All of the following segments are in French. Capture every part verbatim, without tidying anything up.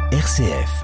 R C F.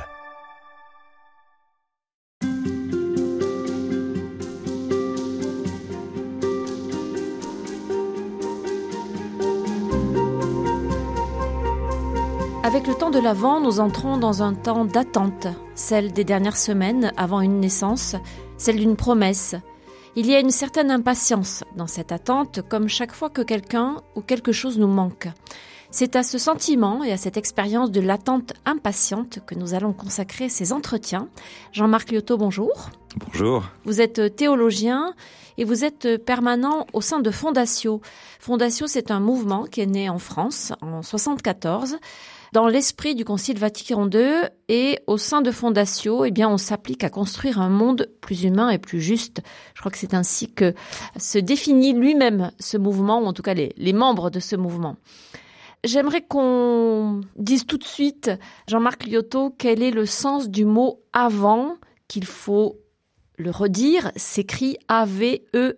Avec le temps de l'Avent, nous entrons dans un temps d'attente, celle des dernières semaines avant une naissance, celle d'une promesse. Il y a une certaine impatience dans cette attente, comme chaque fois que quelqu'un ou quelque chose nous manque. C'est à ce sentiment et à cette expérience de l'attente impatiente que nous allons consacrer ces entretiens. Jean-Marc Liotto, bonjour. Bonjour. Vous êtes théologien et vous êtes permanent au sein de Fondatio. Fondatio, c'est un mouvement qui est né en France en soixante-quatorze. Dans l'esprit du Concile Vatican deux et au sein de Fondatio, eh bien, on s'applique à construire un monde plus humain et plus juste. Je crois que c'est ainsi que se définit lui-même ce mouvement, ou en tout cas les, les membres de ce mouvement. J'aimerais qu'on dise tout de suite, Jean-Marc Liotto, quel est le sens du mot « avant » qu'il faut le redire, s'écrit A V E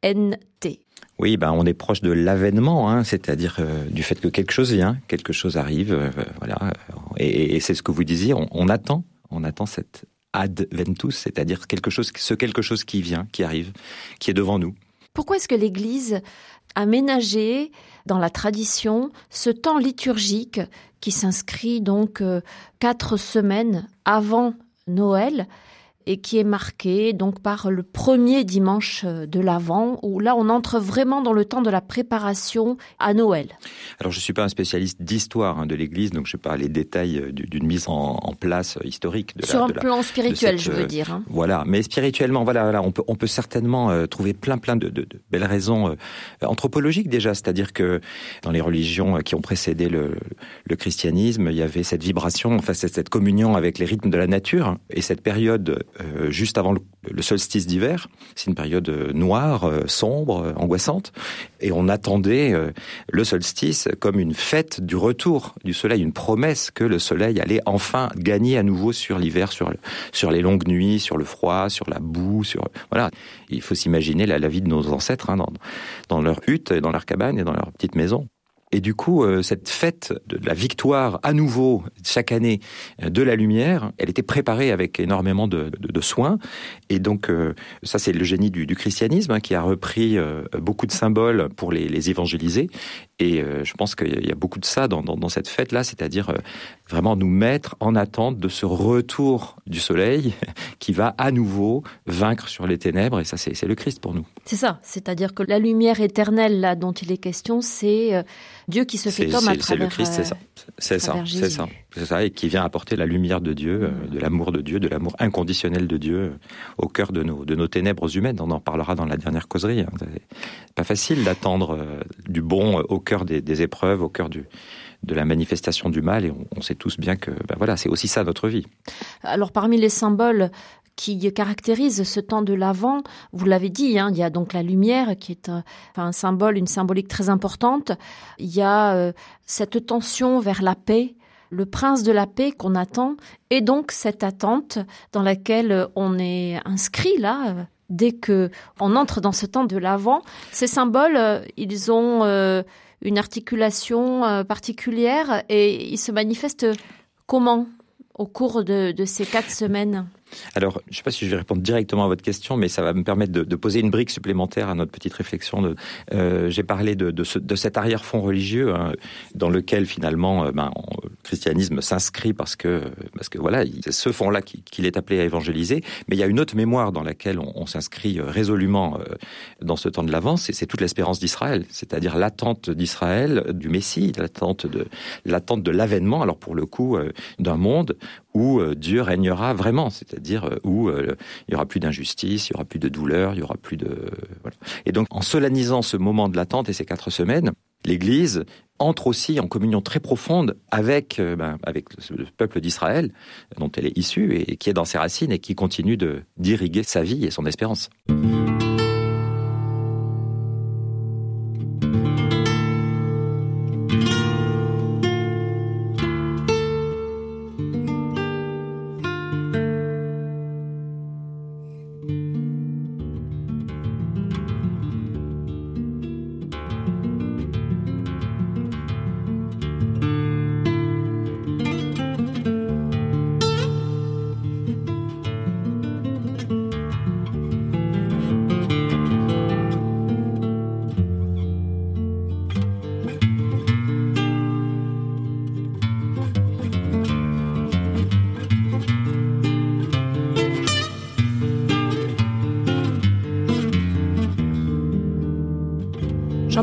N T. Oui, ben on est proche de l'avènement, hein, c'est-à-dire euh, du fait que quelque chose vient, quelque chose arrive, euh, voilà. Et, et c'est ce que vous disiez, on, on attend, on attend cette adventus, c'est-à-dire quelque chose, ce quelque chose qui vient, qui arrive, qui est devant nous. Pourquoi est-ce que l'Église a ménagé dans la tradition ce temps liturgique qui s'inscrit donc euh, quatre semaines avant Noël et qui est marqué donc par le premier dimanche de l'Avent, où là on entre vraiment dans le temps de la préparation à Noël. Alors je ne suis pas un spécialiste d'histoire hein, de l'Église, donc je ne sais pas les détails d'une mise en, en place historique. De Sur la, un de la, plan spirituel, cette, je veux dire. Hein. Voilà, mais spirituellement, voilà, voilà on, peut, on peut certainement euh, trouver plein plein de, de, de belles raisons euh, anthropologiques déjà, c'est-à-dire que dans les religions qui ont précédé le, le christianisme, il y avait cette vibration, enfin cette, cette communion avec les rythmes de la nature, hein, et cette période euh, juste avant le, le solstice d'hiver, c'est une période noire, euh, sombre, euh, angoissante, et on attendait euh, le solstice comme une fête du retour du soleil, une promesse que le soleil allait enfin gagner à nouveau sur l'hiver, sur, le, sur les longues nuits, sur le froid, sur la boue, sur voilà. Il faut s'imaginer la, la vie de nos ancêtres hein, dans, dans leur hutte, dans leur cabane et dans leur petite maison. Et du coup, euh, cette fête de la victoire à nouveau chaque année de la lumière, elle était préparée avec énormément de, de, de soins. Et donc, euh, ça c'est le génie du, du christianisme hein, qui a repris euh, beaucoup de symboles pour les, les évangéliser. Et euh, je pense qu'il y a beaucoup de ça dans, dans, dans cette fête-là, c'est-à-dire euh, vraiment nous mettre en attente de ce retour du soleil qui va à nouveau vaincre sur les ténèbres. Et ça, c'est, c'est le Christ pour nous. C'est ça, c'est-à-dire que la lumière éternelle là dont il est question, c'est euh, Dieu qui se fait c'est, homme c'est, à travers c'est le Christ, c'est ça, c'est ça, c'est ça, c'est ça, et qui vient apporter la lumière de Dieu, euh, de l'amour de Dieu, de l'amour inconditionnel de Dieu euh, au cœur de nos de nos ténèbres humaines. On en parlera dans la dernière causerie. Hein. C'est pas facile d'attendre euh, du bon euh, au cœur des, des épreuves, au cœur du de la manifestation du mal, et on, on sait tous bien que ben voilà, c'est aussi ça notre vie. Alors parmi les symboles qui caractérise ce temps de l'Avent, vous l'avez dit, hein, il y a donc la lumière qui est un, enfin, un symbole, une symbolique très importante. Il y a euh, cette tension vers la paix, le prince de la paix qu'on attend, et donc cette attente dans laquelle on est inscrit là, euh, dès que on entre dans ce temps de l'Avent. Ces symboles, euh, ils ont euh, une articulation euh, particulière et ils se manifestent comment au cours de, de ces quatre semaines ? Alors, je ne sais pas si je vais répondre directement à votre question, mais ça va me permettre de, de poser une brique supplémentaire à notre petite réflexion. De, euh, j'ai parlé de, de, ce, de cet arrière-fond religieux hein, dans lequel finalement euh, ben, on, le christianisme s'inscrit parce que, parce que voilà, c'est ce fond-là qu'il, qu'il est appelé à évangéliser. Mais il y a une autre mémoire dans laquelle on, on s'inscrit résolument euh, dans ce temps de l'Avent, c'est, c'est toute l'espérance d'Israël, c'est-à-dire l'attente d'Israël, du Messie, l'attente de, l'attente de l'avènement, alors pour le coup, euh, d'un monde où euh, Dieu régnera vraiment, c'est-à-dire c'est-à-dire où euh, il y aura plus d'injustice, il y aura plus de douleur, il y aura plus de voilà. Et donc en solennisant ce moment de l'attente et ces quatre semaines, l'Église entre aussi en communion très profonde avec euh, ben, avec le peuple d'Israël dont elle est issue et qui est dans ses racines et qui continue de d'irriguer sa vie et son espérance.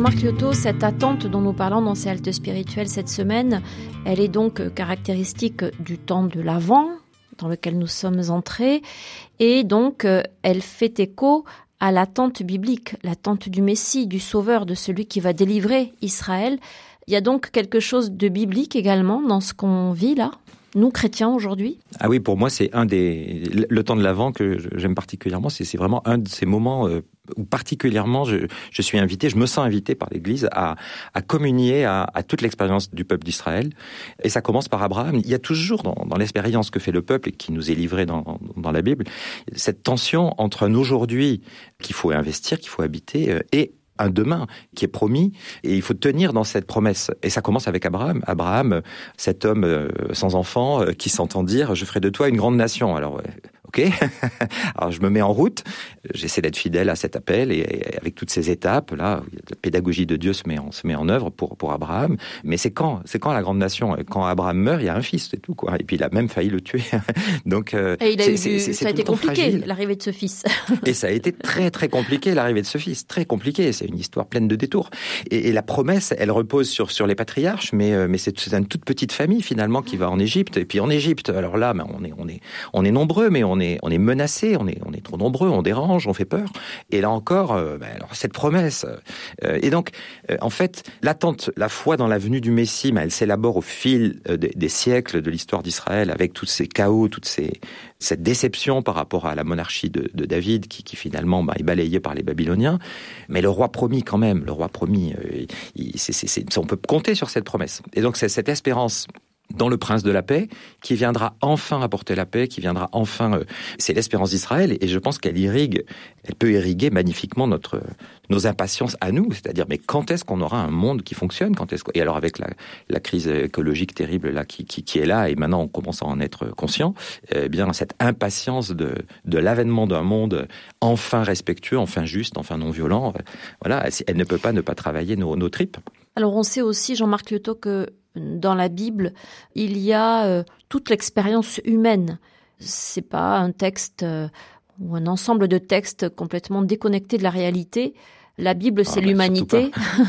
Jean-Marc Liottot, cette attente dont nous parlons dans ces haltes spirituelles cette semaine, elle est donc caractéristique du temps de l'Avent, dans lequel nous sommes entrés, et donc elle fait écho à l'attente biblique, l'attente du Messie, du Sauveur, de celui qui va délivrer Israël. Il y a donc quelque chose de biblique également dans ce qu'on vit là, nous chrétiens aujourd'hui. Ah oui, pour moi c'est un des... Le temps de l'Avent que j'aime particulièrement, c'est, c'est vraiment un de ces moments euh, où particulièrement je, je suis invité, je me sens invité par l'Église à, à communier à, à toute l'expérience du peuple d'Israël. Et ça commence par Abraham. Il y a toujours dans, dans l'expérience que fait le peuple et qui nous est livrée dans, dans la Bible, cette tension entre un aujourd'hui qu'il faut investir, qu'il faut habiter, euh, et un demain qui est promis, et il faut tenir dans cette promesse. Et ça commence avec Abraham. Abraham, cet homme euh, sans enfant, euh, qui s'entend dire « Je ferai de toi une grande nation ». Alors, euh, ok, alors je me mets en route, j'essaie d'être fidèle à cet appel, et, et avec toutes ces étapes, là, la pédagogie de Dieu se met en, se met en œuvre pour, pour Abraham. Mais c'est quand, c'est quand la grande nation? Quand Abraham meurt, il y a un fils, c'est tout, quoi. Et puis il a même failli le tuer. Donc, euh, et il a c'est, eu c'est, du... c'est, ça a été compliqué, fragile. L'arrivée de ce fils. Et ça a été très, très compliqué, l'arrivée de ce fils. Très compliqué. C'est une histoire pleine de détours. Et, et la promesse, elle repose sur, sur les patriarches, mais, mais c'est, c'est une toute petite famille, finalement, qui va en Égypte. Et puis en Égypte, alors là, ben, on est, on est, on est nombreux, mais on est, on est menacés, on est, on est trop nombreux, on dérange, on fait peur. Et là encore, euh, ben, alors, cette promesse. Euh, et donc, euh, en fait, l'attente, la foi dans la venue du Messie, ben, elle s'élabore au fil euh, des, des siècles de l'histoire d'Israël, avec tous ces chaos, toute ces, cette déception par rapport à la monarchie de, de David, qui, qui finalement ben, est balayée par les Babyloniens. Mais le roi promis, quand même, le roi promis, euh, il, c'est, c'est, c'est, on peut compter sur cette promesse. Et donc, c'est cette espérance dans le prince de la paix, qui viendra enfin apporter la paix, qui viendra enfin... Euh, c'est l'espérance d'Israël, et je pense qu'elle irrigue, elle peut irriguer magnifiquement notre, nos impatiences à nous, c'est-à-dire, mais quand est-ce qu'on aura un monde qui fonctionne? Quand est-ce que... Et alors, avec la, la crise écologique terrible là, qui, qui, qui est là, et maintenant on commence à en être conscient, eh bien, cette impatience de, de l'avènement d'un monde enfin respectueux, enfin juste, enfin non violent, euh, voilà, elle, elle ne peut pas ne pas travailler nos, nos tripes. Alors, on sait aussi, Jean-Marc Liottot, que dans la Bible, il y a euh, toute l'expérience humaine. C'est pas un texte euh, ou un ensemble de textes complètement déconnectés de la réalité. La Bible, c'est ah, l'humanité.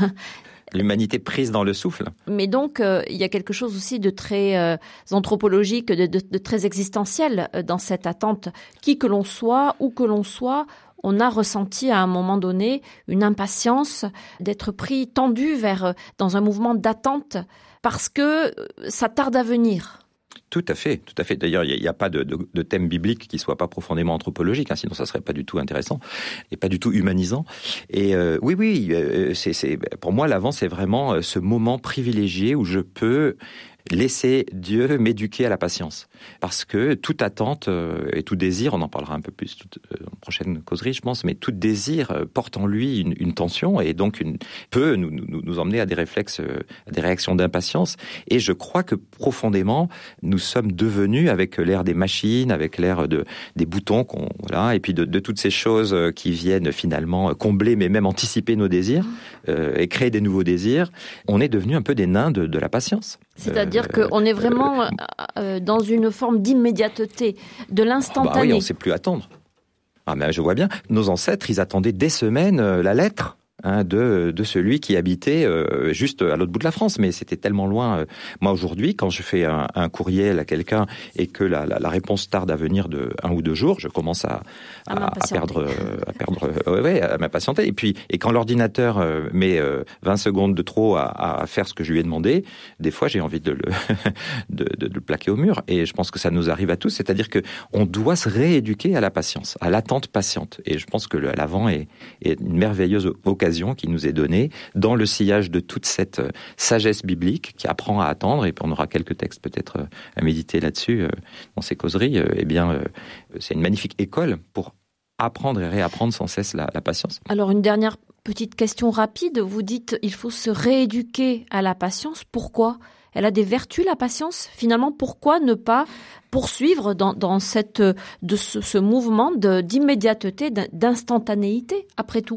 L'humanité prise dans le souffle. Mais donc, euh, il y a quelque chose aussi de très euh, anthropologique, de, de, de très existentiel euh, dans cette attente. Qui que l'on soit, où que l'on soit, on a ressenti à un moment donné une impatience d'être pris, tendu vers, dans un mouvement d'attente, parce que ça tarde à venir. Tout à fait, tout à fait. D'ailleurs, il n'y a, a pas de, de, de thème biblique qui soit pas profondément anthropologique, hein, sinon ça serait pas du tout intéressant et pas du tout humanisant. Et euh, oui, oui, euh, c'est, c'est, pour moi, l'Avent, c'est vraiment ce moment privilégié où je peux laisser Dieu m'éduquer à la patience. Parce que toute attente euh, et tout désir, on en parlera un peu plus toute, euh, en prochaine causerie, je pense, mais tout désir euh, porte en lui une, une tension et donc une, peut nous, nous, nous emmener à des réflexes, euh, à des réactions d'impatience. Et je crois que profondément, nous sommes devenus, avec l'ère des machines, avec l'ère de, des boutons, qu'on, voilà, et puis de, de toutes ces choses qui viennent finalement combler, mais même anticiper nos désirs euh, et créer des nouveaux désirs, on est devenus un peu des nains de, de la patience. C'est-à-dire euh, qu'on est vraiment euh, euh, dans une forme d'immédiateté, de l'instantané. Bah oui, on ne sait plus attendre. Ah mais je vois bien, nos ancêtres, ils attendaient des semaines euh, la lettre hein, de, de celui qui habitait euh, juste à l'autre bout de la France, mais c'était tellement loin. Euh. Moi aujourd'hui, quand je fais un, un courriel à quelqu'un et que la, la, la réponse tarde à venir de un ou deux jours, je commence à, à, à perdre, à perdre, euh, ouais, à m'impatienter. Et puis, et quand l'ordinateur euh, met euh, vingt secondes de trop à, à faire ce que je lui ai demandé, des fois j'ai envie de le, de, de, de le plaquer au mur. Et je pense que ça nous arrive à tous, c'est-à-dire que on doit se rééduquer à la patience, à l'attente patiente. Et je pense que le, l'Avent est, est une merveilleuse occasion qui nous est donnée dans le sillage de toute cette sagesse biblique qui apprend à attendre, et puis on aura quelques textes peut-être à méditer là-dessus euh, dans ces causeries. Euh, eh bien, euh, c'est une magnifique école pour apprendre et réapprendre sans cesse la, la patience. Alors une dernière petite question rapide, vous dites il faut se rééduquer à la patience, pourquoi ? Elle a des vertus, la patience. Finalement, pourquoi ne pas poursuivre dans, dans cette, de ce, ce mouvement de, d'immédiateté, d'instantanéité, après tout ?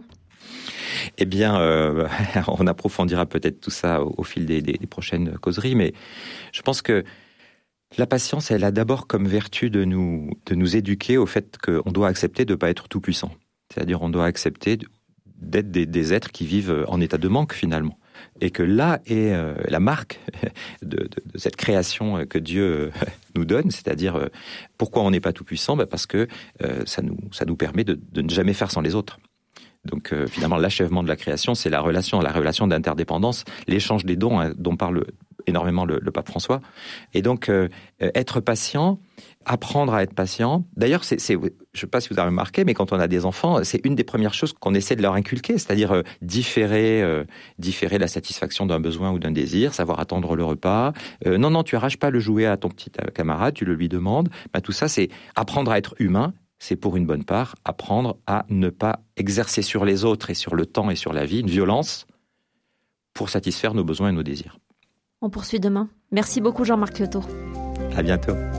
Eh bien, euh, on approfondira peut-être tout ça au, au fil des, des, des prochaines causeries, mais je pense que la patience, elle a d'abord comme vertu de nous, de nous éduquer au fait qu'on doit accepter de ne pas être tout puissant. C'est-à-dire, on doit accepter d'être des, des êtres qui vivent en état de manque finalement. Et que là est euh, la marque de, de, de cette création que Dieu euh, nous donne, c'est-à-dire euh, pourquoi on n'est pas tout puissant, ben parce que euh, ça nous ça nous permet de, de ne jamais faire sans les autres. Donc euh, finalement l'achèvement de la création, c'est la relation, la relation d'interdépendance, l'échange des dons hein, dont parle énormément le, le pape François. Et donc euh, être patient, apprendre à être patient. D'ailleurs, c'est, c'est, je ne sais pas si vous avez remarqué, mais quand on a des enfants, c'est une des premières choses qu'on essaie de leur inculquer, c'est-à-dire euh, différer, euh, différer la satisfaction d'un besoin ou d'un désir, savoir attendre le repas. Euh, non, non, tu arraches pas le jouet à ton petit camarade, tu le lui demandes. Ben, tout ça, c'est apprendre à être humain. C'est pour une bonne part apprendre à ne pas exercer sur les autres et sur le temps et sur la vie une violence pour satisfaire nos besoins et nos désirs. On poursuit demain. Merci beaucoup Jean-Marc Liottot. À bientôt.